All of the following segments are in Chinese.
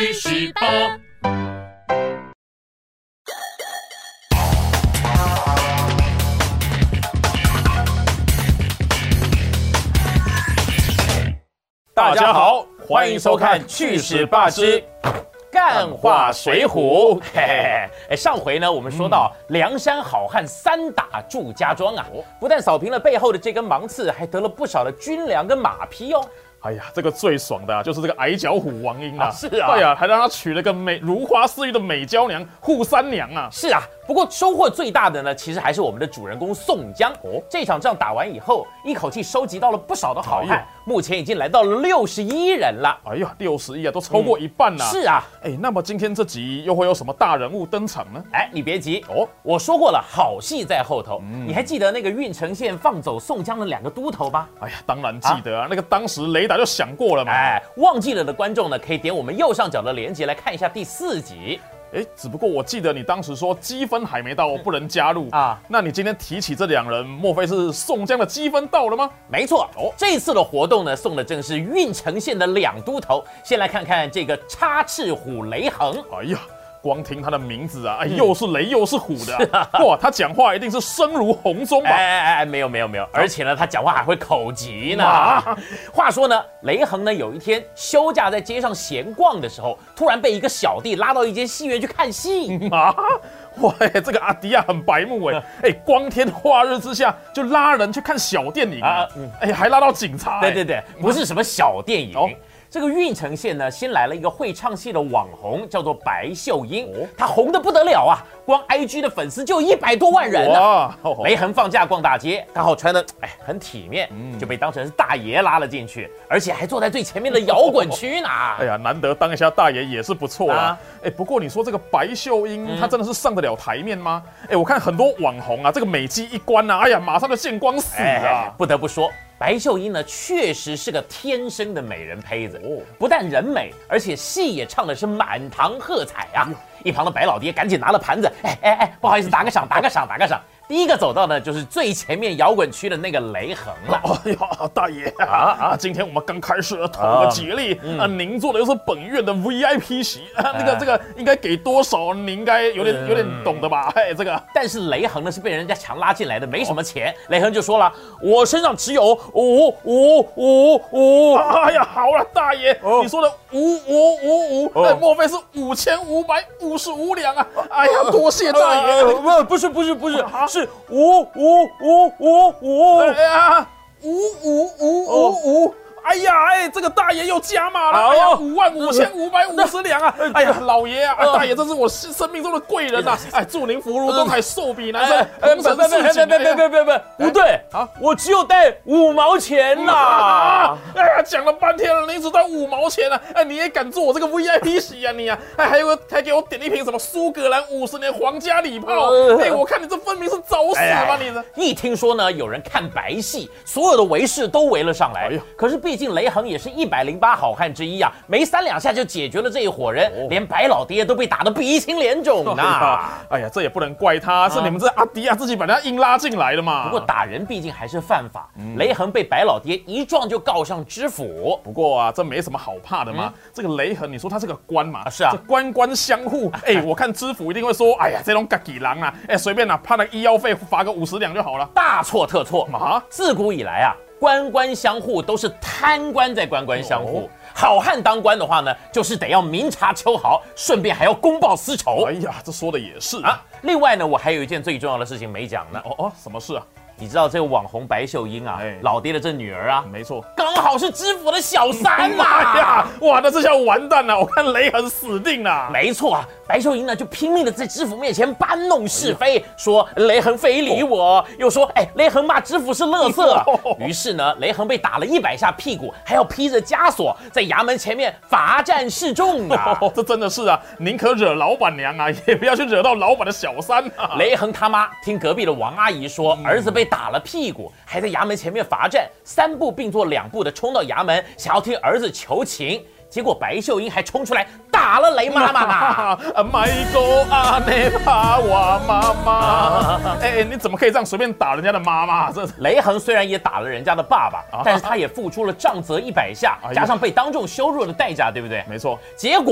去十八。 大家好，欢迎收看《去十八之干话水浒》。上回呢，我们说到梁山好汉3打祝家庄啊，不但扫平了背后的这根芒刺，还得了不少的军粮跟马匹哦。 哎呀，这个最爽的就是这个矮脚虎王英啊！ 是啊， 对啊，还让他娶了个如花似玉的美娇娘扈三娘啊！ 是啊，不过收获最大的呢，其实还是我们的主人公宋江。这场仗打完以后，一口气收集到了不少的好汉，目前已经来到了61人了。 哎呀，61啊，都超过一半了。 是啊， 那么今天这集又会有什么大人物登场呢？ 你别急哦，我说过了，好戏在后头。你还记得那个郓城县放走宋江的2个都头吗？ 哎呀，当然记得啊，那个当时雷达就想过了嘛。 忘记了的观众呢，可以点我们右上角的连结来看一下第4集。 只不过我记得你当时说积分还没到，我不能加入啊。那你今天提起这2人，莫非是宋江的积分到了吗？ 没错，这次的活动呢，送的正是郓城县的2都头。先来看看这个插翅虎雷横。 哎呀，光听他的名字啊，又是雷又是虎的，哇，他讲话一定是声如洪钟吧？ 没有，而且呢，他讲话还会口疾呢。话说呢，雷横呢有一天休假在街上闲逛的时候，突然被一个小弟拉到一间戏院去看戏。 哇，这个阿迪啊很白目光天化日之下就拉人去看小电影啊，还拉到警察。 对，不是什么小电影。这个郓城县呢，新来了一个会唱戏的网红，叫做白秀英，她红得不得了啊，光 IG 的粉丝就100多万人啊。雷横放假逛大街，刚好穿得很体面，就被当成是大爷拉了进去，而且还坐在最前面的摇滚区呢。 哎呀，难得当一下大爷也是不错啦。不过你说这个白秀英，她真的是上得了台面吗？我看很多网红啊，这个美肌一关啊，马上就见光死啊。 不得不说，白秀英呢，确实是个天生的美人胚子，不但人美，而且戏也唱的是满堂喝彩啊！一旁的白老爹赶紧拿了盘子，不好意思，打个赏。第一个走到呢，就是最前面摇滚区的那个雷横了。 哎呀，大爷今天我们刚开始统个竭力您做的又是本院的 VIP 席这个应该给多少？你应该有点懂的吧？这个。 但是雷横呢是被人家强拉进来的，没什么钱。雷横就说了，我身上只有5。 哎呀，好了，大爷，你说的5，莫非是5555两啊？哎呀，多谢大爷。 不是，是5。 哎呀，5555。哎呀，这个大爷又加码了！哎呀，55550两啊！哎呀，老爷啊，大爷，这是我生命中的贵人呐！祝您福如东海，寿比南山。 别，不对啊！我只有带5毛钱呐！ 哎呀，讲了半天了，你只带5毛钱啊！你也敢做我这个 VIP 席啊你啊！还给我点一瓶什么苏格兰50年皇家礼炮！我看你这分明是找死吧你这！ 一听说呢，有人看白戏，所有的围士都围了上来。可是毕竟雷横也是108好汉之一啊，没3两下就解决了这一伙人，连白老爹都被打得鼻青脸肿呢。 哎呀，这也不能怪他，是你们这阿迪啊自己把他硬拉进来的嘛。 不过打人毕竟还是犯法，雷横被白老爹一撞就告上知府。 不过啊，这没什么好怕的嘛。这个雷横，你说他是个官嘛？ 是啊， 这官官相护。我看知府一定会说，哎呀，这种自己人啊，随便怕那个医药费罚个50两就好了。 大错特错啊！自古以来啊，官官相护都是贪官在官官相护。好汉当官的话呢，就是得要明察秋毫，顺便还要公报私仇。 哎呀，这说的也是啊。另外呢，我还有一件最重要的事情没讲呢。 什么事啊？ 你知道这个网红白秀英啊，老爹的这女儿啊， 没错， 刚好是知府的小三呐！ 呀，哇，那这下完蛋了，我看雷横死定了。 没错啊，白秀英呢就拼命的在知府面前搬弄是非，说雷横非礼我，又说雷横骂知府是垃圾。于是呢，雷横被打了100下屁股，还要披着枷锁在衙门前面罚站示众啊！ 这真的是啊，宁可惹老板娘啊，也不要去惹到老板的小三啊。 雷横他妈听隔壁的王阿姨说，儿子被打了屁股，还在衙门前面罚站，3步并作2步的冲到衙门，想要听儿子求情。结果白秀英还冲出来打了雷妈妈嘛！ 你怎么可以这样随便打人家的妈妈？这雷横虽然也打了人家的爸爸，但是他也付出了杖责100下，加上被当众羞辱的代价，对不对？ 没错。 结果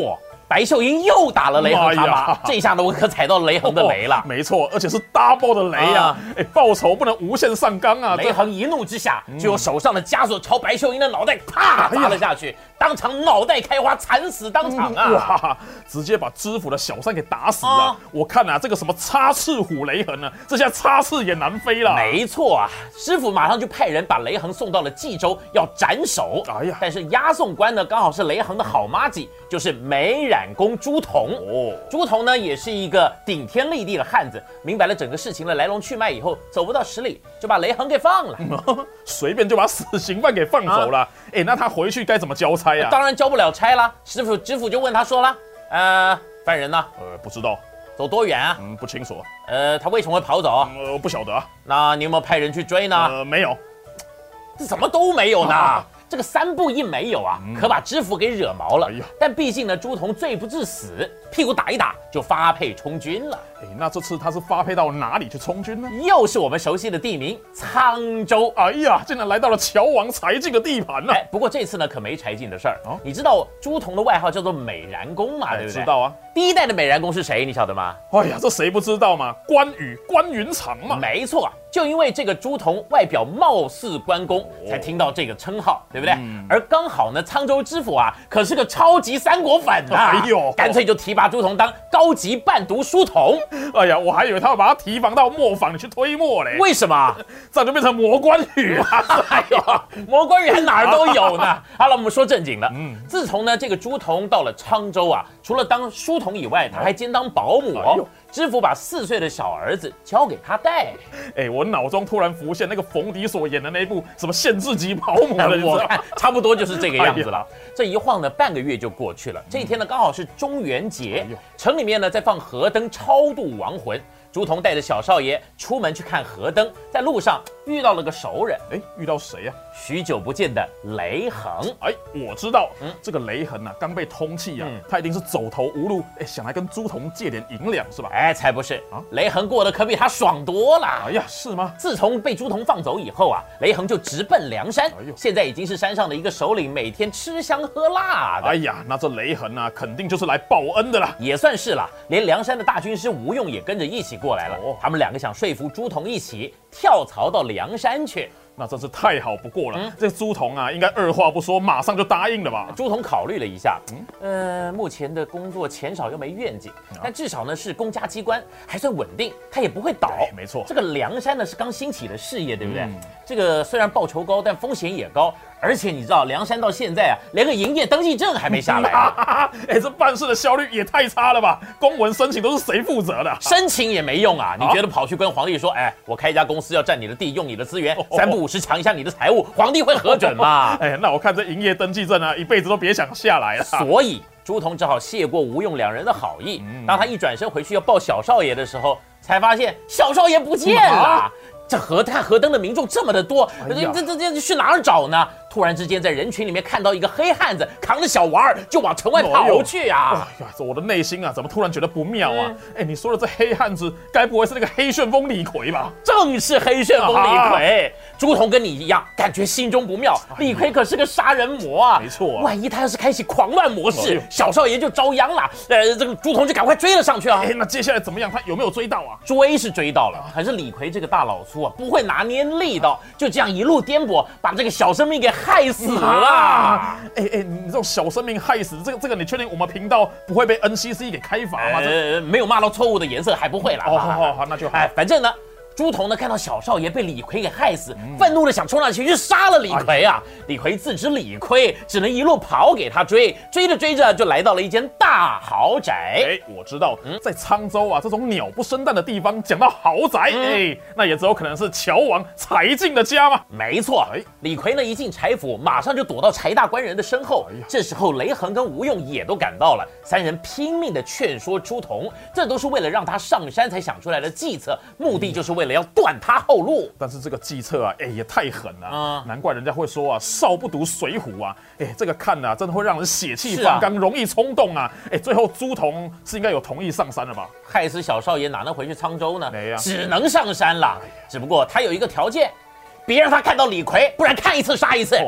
白秀英又打了雷横他妈，这一下呢，我可踩到雷横的雷了。 没错，而且是 double 的雷啊！报仇不能无限上纲啊！ 雷横一怒之下，就用手上的枷锁朝白秀英的脑袋啪砸了下去，当场脑袋开花，惨死当场啊！ 哇，直接把知府的小三给打死啊！我看啊，这个什么插翅虎雷横啊，这下插翅也难飞了。 没错啊，知府马上就派人把雷横送到了冀州，要斩首。哎呀，但是押送官呢，刚好是雷横的好妈吉，就是美髯公朱仝。朱仝呢，也是一个顶天立地的汉子，明白了整个事情的来龙去脉以后，走不到10里就把雷横给放了， 随便就把死刑犯给放走了。那他回去该怎么交差啊？ 当然交不了差啦。知府就问他说了，犯人呢？ 不知道。 走多远啊？ 不清楚。 他为什么会跑走？ 不晓得啊。 那你有没有派人去追呢？ 没有。 这什么都没有呢？这个3不1没有啊，可把知府给惹毛了。但毕竟呢，朱仝罪不至死，屁股打一打就发配充军了。 那这次他是发配到哪里去充军呢？ 又是我们熟悉的地名沧州。 哎呀，竟然来到了乔王柴进的地盘了。 不过这次呢，可没柴进的事儿。你知道朱仝的外号叫做美髯公嘛？对不对？ 知道啊。 第1代的美髯公是谁？你晓得吗？ 哎呀，这谁不知道嘛？关羽、关云长嘛。 没错，就因为这个朱仝外表貌似关公，才听到这个称号，对不对？而刚好呢，沧州知府啊，可是个超级3国粉啊！干脆就提拔朱仝当高级伴读书童。 哎呀，我还以为他要把他提防到磨坊里去推磨嘞。 为什么？ 这样就变成魔关羽了。 哎呦，魔关羽还哪儿都有呢。好了，我们说正经的。自从呢这个朱仝到了沧州啊，除了当书童以外，他还兼当保姆哦。知府把4岁的小儿子交给他带。 我脑中突然浮现那个冯迪所演的那部什么限制级保姆了， 我看差不多就是这个样子了。这一晃呢，半个月就过去了。这一天呢，刚好是中元节，城里面呢在放河灯超度亡魂。朱仝带着小少爷出门去看河灯，在路上遇到了个熟人。 遇到谁呀？ 许久不见的雷横。 我知道，这个雷横啊，刚被通缉啊，他一定是走投无路，想来跟朱仝借点银两是吧？ 才不是啊！雷横过得可比他爽多了。 哎呀，是吗？ 自从被朱仝放走以后啊，雷横就直奔梁山，现在已经是山上的一个首领，每天吃香喝辣的。 哎呀，那这雷横啊，肯定就是来报恩的啦。 也算是啦，连梁山的大军师吴用也跟着一起过来了。他们2个想说服朱仝一起跳槽到梁山去。 那真是太好不过了。这朱仝啊，应该2话不说，马上就答应了吧？ 朱仝考虑了一下，目前的工作钱少又没愿景，但至少呢是公家机关，还算稳定，他也不会倒。 没错， 这个梁山呢是刚兴起的事业，对不对？这个虽然报酬高，但风险也高。而且你知道，梁山到现在啊，连个营业登记证还没下来。 这办事的效率也太差了吧？公文申请都是谁负责的？ 申请也没用啊！你觉得跑去跟皇帝说，我开一家公司要占你的地，用你的资源，3不5时抢一下你的财物，皇帝会核准吗？ 那我看这营业登记证啊，一辈子都别想下来了。 所以朱仝只好谢过吴用2人的好意。当他一转身回去要抱小少爷的时候，才发现小少爷不见了。这看河灯的民众这么的多，这去哪儿找呢？突然之间，在人群里面看到一个黑汉子扛着小娃儿就往城外跑去啊！ 我的内心啊，怎么突然觉得不妙啊？你说的这黑汉子，该不会是那个黑旋风李逵吧？ 正是黑旋风李逵。朱仝跟你一样，感觉心中不妙。李逵可是个杀人魔啊！ 没错啊， 万一他要是开启狂乱模式，小少爷就遭殃了。这个朱仝就赶快追了上去啊！ 那接下来怎么样？他有没有追到啊？ 追是追到了，可是李逵这个大老粗啊，不会拿捏力道，就这样一路颠簸，把这个小生命给害死了。 你这种小生命害死，这个你确定我们频道不会被 NCC 给开罚吗？ 没有骂到错误的颜色，还不会啦。 好，那就好。 反正呢。朱仝呢看到小少爷被李逵给害死，愤怒的想冲上前去杀了李逵啊！李逵自知理亏，只能一路跑给他追，追着追着就来到了一间大豪宅。 我知道，在沧州啊这种鸟不生蛋的地方，讲到豪宅，那也只有可能是乔王柴进的家嘛。 没错，李逵呢一进柴府，马上就躲到柴大官人的身后。这时候雷横跟吴用也都赶到了，3人拼命的劝说朱仝，这都是为了让他上山才想出来的计策，目的就是为了要断他后路。 但是这个计策啊，也太狠了，难怪人家会说啊，少不读水浒啊，这个看啊，真的会让人血气方刚，容易冲动啊。最后朱仝是应该有同意上山了吧？ 害死小少爷哪能回去沧州呢？ 没啊， 只能上山了。只不过他有一个条件，别让他看到李逵，不然看一次杀一次。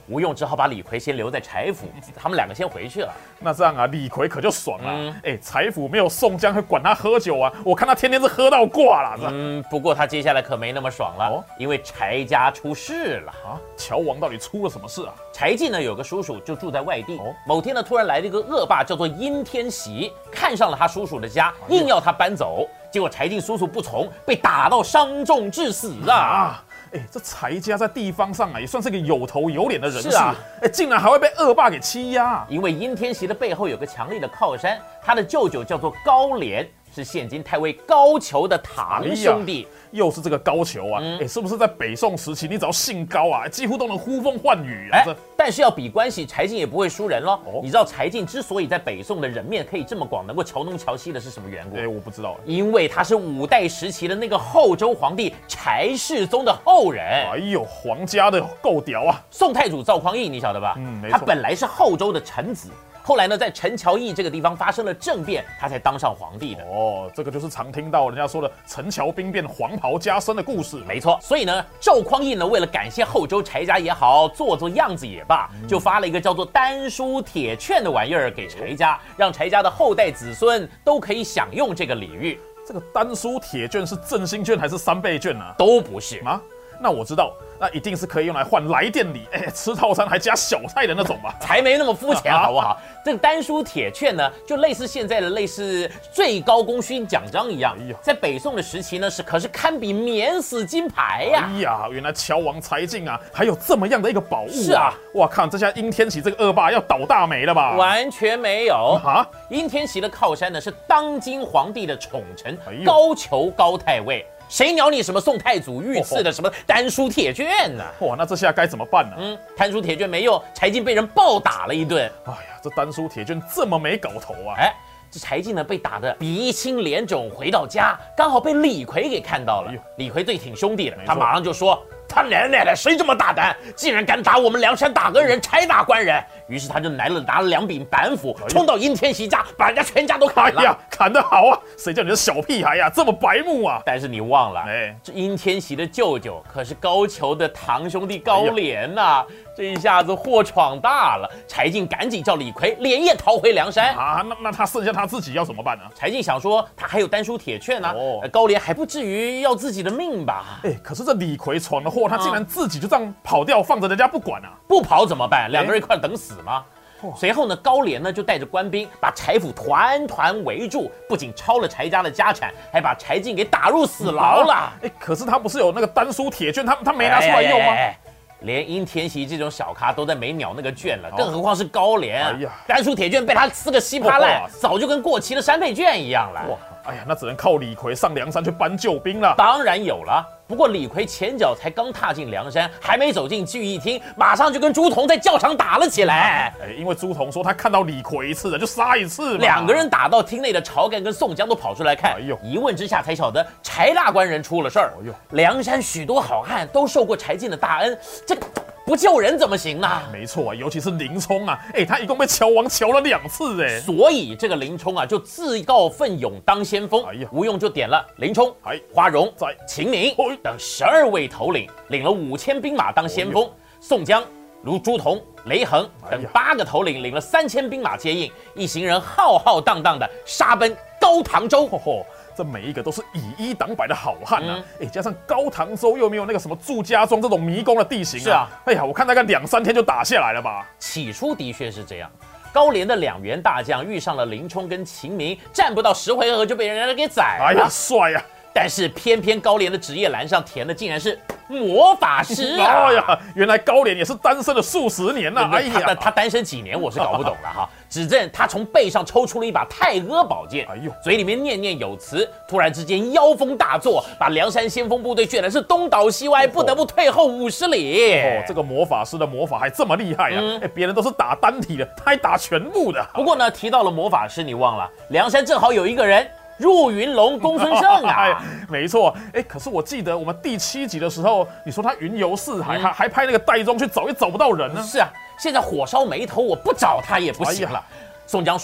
吴用只好把李逵先留在柴府，他们两个先回去了。 那这样啊，李逵可就爽了。柴府没有宋江会管他喝酒啊，我看他天天是喝到挂了。 不过他接下来可没那么爽了，因为柴家出事了啊！ 乔王到底出了什么事啊？ 柴进呢有个叔叔就住在外地，某天呢突然来了一个恶霸，叫做殷天锡，看上了他叔叔的家，硬要他搬走。结果柴进叔叔不从，被打到伤重致死啊！ 这柴家在地方上啊，也算是个有头有脸的人士。 是啊， 竟然还会被恶霸给欺压。 因为殷天锡的背后有个强力的靠山，他的舅舅叫做高廉，是现今太尉高俅的堂兄弟。 又是这个高俅啊！是不是在北宋时期，你只要姓高啊，几乎都能呼风唤雨啊？ 但是要比关系，柴进也不会输人咯。你知道柴进之所以在北宋的人面可以这么广，能够桥东桥西的是什么缘故？ 我不知道。 因为他是5代时期的那个后周皇帝柴世宗的后人。 皇家的够屌啊！ 宋太祖赵匡胤，你晓得吧？ 没错。 他本来是后周的臣子。后来呢，在陈桥驿这个地方发生了政变，他才当上皇帝的。 这个就是常听到人家说的陈桥兵变、黄袍加身的故事。 没错，所以呢，赵匡胤呢，为了感谢后周柴家也好，做样子也罢，就发了一个叫做丹书铁券的玩意儿给柴家，让柴家的后代子孙都可以享用这个礼遇。 这个丹书铁券是振兴券还是3倍券啊？ 都不是啊。那我知道，那一定是可以用来换来店礼，吃套餐还加小菜的那种吧？ 才没那么肤浅，好不好？这个丹书铁券呢，就类似现在的类似最高功勋奖章一样，在北宋的时期呢，可是堪比免死金牌呀！ 原来乔王柴进啊，还有这么样的一个宝物啊！ 是啊， 哇看，这下殷天锡这个恶霸要倒大霉了吧？ 完全没有殷天锡的靠山呢，是当今皇帝的宠臣高俅高太尉。谁鸟你什么宋太祖御赐的什么丹书铁券呢？ 那这下该怎么办呢？ 丹书铁券没用，柴进被人暴打了一顿。 这丹书铁券这么没搞头啊！ 这柴进呢被打得鼻青脸肿，回到家刚好被李逵给看到了。李逵最挺兄弟了，他马上就说：“他奶奶谁这么大胆，竟然敢打我们梁山大恩人柴大官人！”于是他就拿了2柄板斧，冲到殷天锡家，把人家全家都砍了。 砍得好啊！谁叫你的小屁孩呀，这么白目啊！ 但是你忘了，这殷天锡的舅舅可是高俅的堂兄弟高廉呐。这一下子祸闯大了，柴进赶紧叫李逵连夜逃回梁山那他剩下他自己要怎么办呢？ 柴进想说他还有丹书铁券呢，高廉还不至于要自己的命吧？ 可是这李逵闯了祸，他竟然自己就这样跑掉，放着人家不管啊！ 不跑怎么办？两个人一块等死吗？随后呢，高廉呢就带着官兵把柴府团团围住，不仅抄了柴家的家产，还把柴进给打入死牢了。 可是他不是有那个丹书铁券，他没拿出来用吗？ 连殷天锡这种小咖都在没鸟那个券了，更何况是高廉啊！丹书铁券被他撕个稀巴烂，早就跟过期的3倍券一样了。 那只能靠李逵上梁山去搬救兵了。 当然有了，不过李逵前脚才刚踏进梁山，还没走进聚义厅，马上就跟朱仝在教场打了起来。 因为朱仝说他看到李逵一次就杀一次嘛。 2个人打到厅内的晁盖跟宋江都跑出来看，一问之下才晓得柴大官人出了事儿。梁山许多好汉都受过柴进的大恩，这不救人怎么行呢？ 没错，尤其是林冲啊，他一共被乔王瞧了2次所以这个林冲啊，就自告奋勇当先锋。吴用就点了林冲、花荣、秦明等12位头领，领了5000兵马当先锋。宋江、朱仝、雷横等8个头领领了3000兵马接应，一行人浩浩荡荡的杀奔高唐州。 这每一个都是以1挡百的好汉啊！加上高唐州又没有那个什么祝家庄这种迷宫的地形是啊， 我看大概2、3天就打下来了吧？ 起初的确是这样，高廉的2员大将遇上了林冲跟秦明，战不到10回合就被人家给宰了。 帅呀！ 但是偏偏高廉的职业栏上填的竟然是魔法师原来高廉也是单身了数十年了。 他单身几年我是搞不懂了哈。只见他从背上抽出了一把太阿宝剑，嘴里面念念有词，突然之间妖风大作，把梁山先锋部队卷的是东倒西歪，不得不退后50里。 这个魔法师的魔法还这么厉害啊！别人都是打单体的，他还打全部的。 不过呢，提到了魔法师，你忘了梁山正好有一个人。入云龙公孙胜啊， 没错。可是我记得我们第7集的时候，你说他云游四海，还派那个戴宗去找，也找不到人呢。 是啊，现在火烧眉头，我不找他也不行了。宋江说：“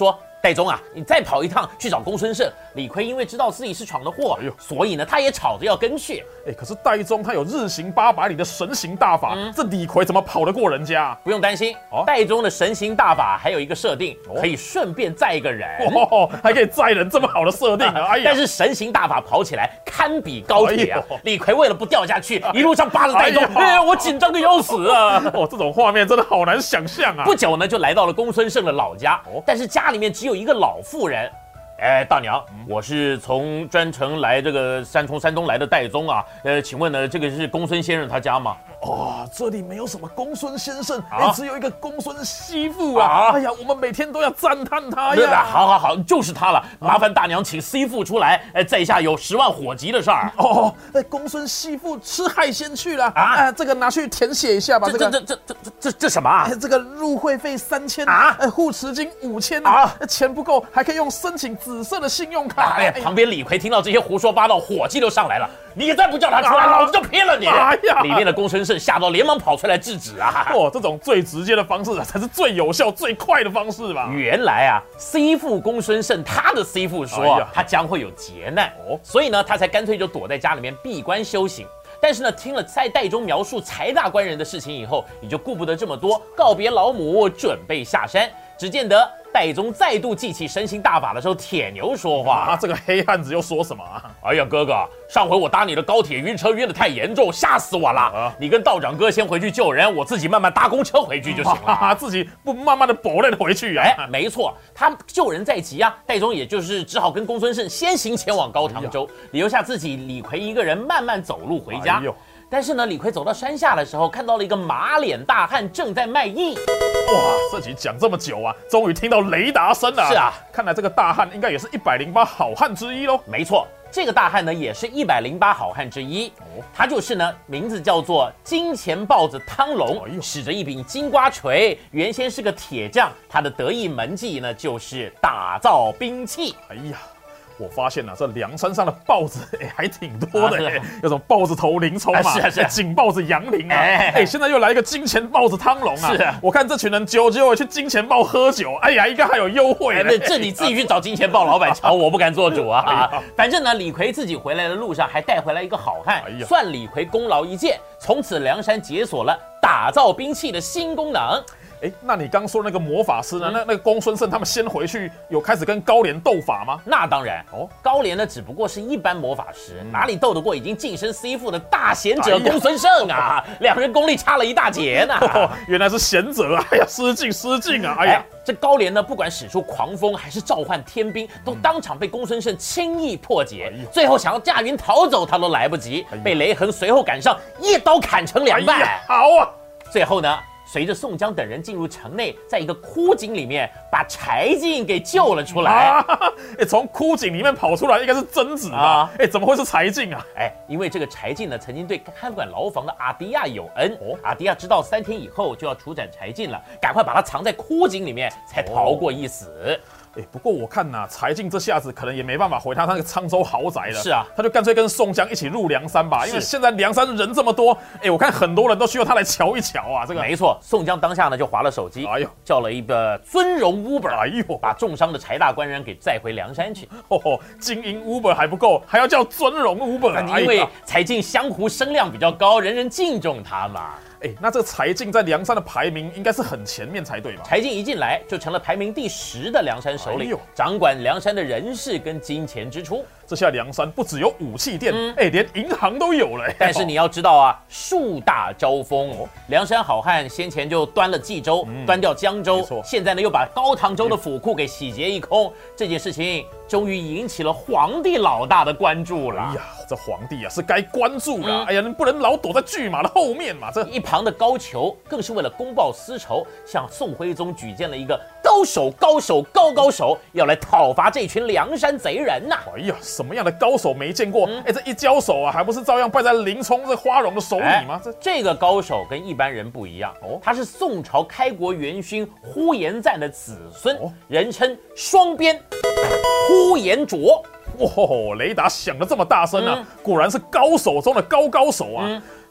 戴宗啊，你再跑一趟去找公孙胜。李逵因为知道自己是闯的祸，所以呢，他也吵着要跟去。 可是戴宗他有日行800里的神行大法，这李逵怎么跑得过人家？ 不用担心，戴宗的神行大法还有一个设定，可以顺便载一个人， 还可以载人，这么好的设定啊！ 但是神行大法跑起来堪比高铁啊！李逵为了不掉下去，一路上扒着戴宗，我紧张的要死啊！ 这种画面真的好难想象啊！ 不久呢，就来到了公孙胜的老家，但是家里面只有一个老妇人。大娘，我是从专程来这个从山东来的戴宗啊，请问呢，这个是公孙先生他家吗？ 这里没有什么公孙先生，只有一个公孙媳妇啊！哎呀，我们每天都要赞叹他呀！ 好，就是他了，麻烦大娘请媳妇出来，在下有10万火急的事儿。 公孙媳妇吃海鲜去了这个拿去填写一下吧。 这什么啊？ 这个入会费3000护持金5000钱不够，还可以用申请紫色的信用卡。 旁边李逵听到这些胡说八道，火气都上来了。你再不叫他出来，老子就骗了你！里面的公孙胜吓到连忙跑出来制止啊！ 这种最直接的方式才是最有效、最快的方式吧？ 原来啊，C 父公孙胜他的 C 父说他将会有劫难，所以呢，他才干脆就躲在家里面闭关修行。但是呢，听了在戴宗描述柴大官人的事情以后，你就顾不得这么多，告别老母，准备下山。只见得戴宗再度记起神行大法的时候，铁牛说话这个黑汉子又说什么哎呀，哥哥，上回我搭你的高铁晕车晕得太严重，吓死我了！你跟道长哥先回去救人，我自己慢慢搭公车回去就行了。 自己不慢慢的饱累的回去没错，他救人在即啊，戴宗也就是只好跟公孙胜先行前往高唐州，留下自己李逵一个人慢慢走路回家。但是呢，李逵走到山下的时候，看到了一个马脸大汉正在卖艺。 这集讲这么久啊，终于听到雷达声了。 是啊， 看来这个大汉应该也是108好汉之一喽。 没错，这个大汉呢也是108好汉之一。他就是呢，名字叫做金钱豹子汤龙，使着一柄金瓜锤，原先是个铁匠，他的得意门技呢就是打造兵器。 我发现这梁山上的豹子还挺多的有种豹子头林冲嘛， 是锦豹子杨林现在又来一个金钱豹子汤龙我看这群人久去金钱豹喝酒，应该还有优惠这你自己去找金钱豹老板瞧，我不敢做主反正呢，李逵自己回来的路上还带回来一个好汉，算李逵功劳一件，从此梁山解锁了打造兵器的新功能。 那你刚说的那个魔法师呢？那个公孙胜他们先回去有开始跟高廉斗法吗？ 那当然高廉呢只不过是一般魔法师，哪里斗得过已经晋升 C 父的大贤者公孙胜啊？两人功力差了一大截呢。 原来是贤者啊！失敬啊！ 这高廉呢，不管使出狂风还是召唤天兵，都当场被公孙胜轻易破解。最后想要驾云逃走，他都来不及，被雷横随后赶上，一刀砍成2半。 好啊！ 最后呢，随着宋江等人进入城内，在一个枯井里面把柴进给救了出来。 从枯井里面跑出来应该是贞子吧？怎么会是柴进啊？ 因为这个柴进呢，曾经对看管牢房的阿迪亚有恩。阿迪亚知道3天以后就要处斩柴进了，赶快把他藏在枯井里面，才逃过一死。 不过我看柴进这下子可能也没办法回他那个沧州豪宅了。 是啊， 他就干脆跟宋江一起入梁山吧，因为现在梁山人这么多，我看很多人都需要他来瞧一瞧啊。这个没错，宋江当下呢就划了手机，叫了一个尊荣 Uber，把重伤的柴大官人给载回梁山去。 精英 Uber 还不够，还要叫尊荣 Uber， 因为柴进江湖声量比较高，人人敬重他嘛。 那这个柴进在梁山的排名应该是很前面才对吧？ 柴进一进来就成了排名第10的梁山首领，掌管梁山的人事跟金钱支出。 这下梁山不只有武器店，连银行都有了。 但是你要知道啊，树大招风，梁山好汉先前就端了冀州，端掉江州，现在呢又把高唐州的府库给洗劫一空，这件事情终于引起了皇帝老大的关注了。 这皇帝啊是该关注了。你不能老躲在骏马的后面嘛。这一旁的高俅更是为了公报私仇，向宋徽宗举荐了一个高手，要来讨伐这群梁山贼人呐。 什么样的高手没见过？这一交手啊，还不是照样败在林冲这花荣的手里吗？ 这个高手跟一般人不一样他是宋朝开国元勋呼延赞的子孙，人称双鞭呼延灼。 雷达响得这么大声啊，果然是高手中的高手啊！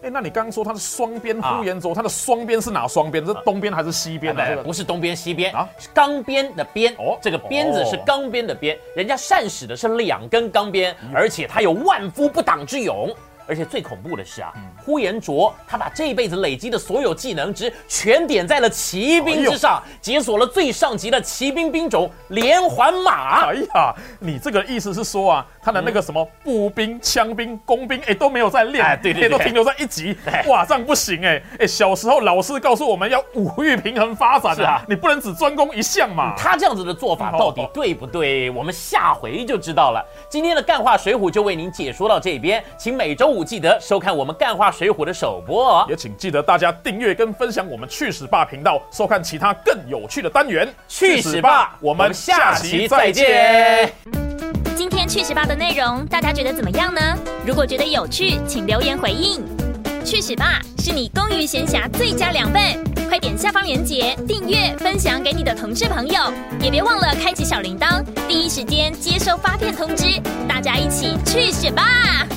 那你刚刚说它是双边呼延灼，它的双边是哪双边？是东边还是西边呢？ 不是东边西边啊，是钢鞭的鞭。这个鞭子是钢鞭的鞭，人家善使的是2根钢鞭，而且他有万夫不挡之勇。而且最恐怖的是啊，呼延灼他把这辈子累积的所有技能值全点在了骑兵之上，解锁了最上级的骑兵兵种连环马。 哎呀，你这个意思是说啊，他的那个什么步兵、枪兵、工兵，都没有在练， 对， 都停留在1级。哇，这样不行小时候老师告诉我们要5育平衡发展啊，你不能只专攻一项嘛。 他这样子的做法到底对不对？我们下回就知道了。今天的干话水浒就为您解说到这边，请每周5记得收看我们干话水浒的首播， 也请记得大家订阅跟分享我们去史吧频道，收看其他更有趣的单元。 去史吧，我们下期再见。 今天去史吧的内容大家觉得怎么样呢？如果觉得有趣，请留言回应。去史吧是你公余闲暇最佳良伴，快点下方链接订阅分享给你的同事朋友，也别忘了开启小铃铛，第一时间接收发片通知。大家一起去史吧！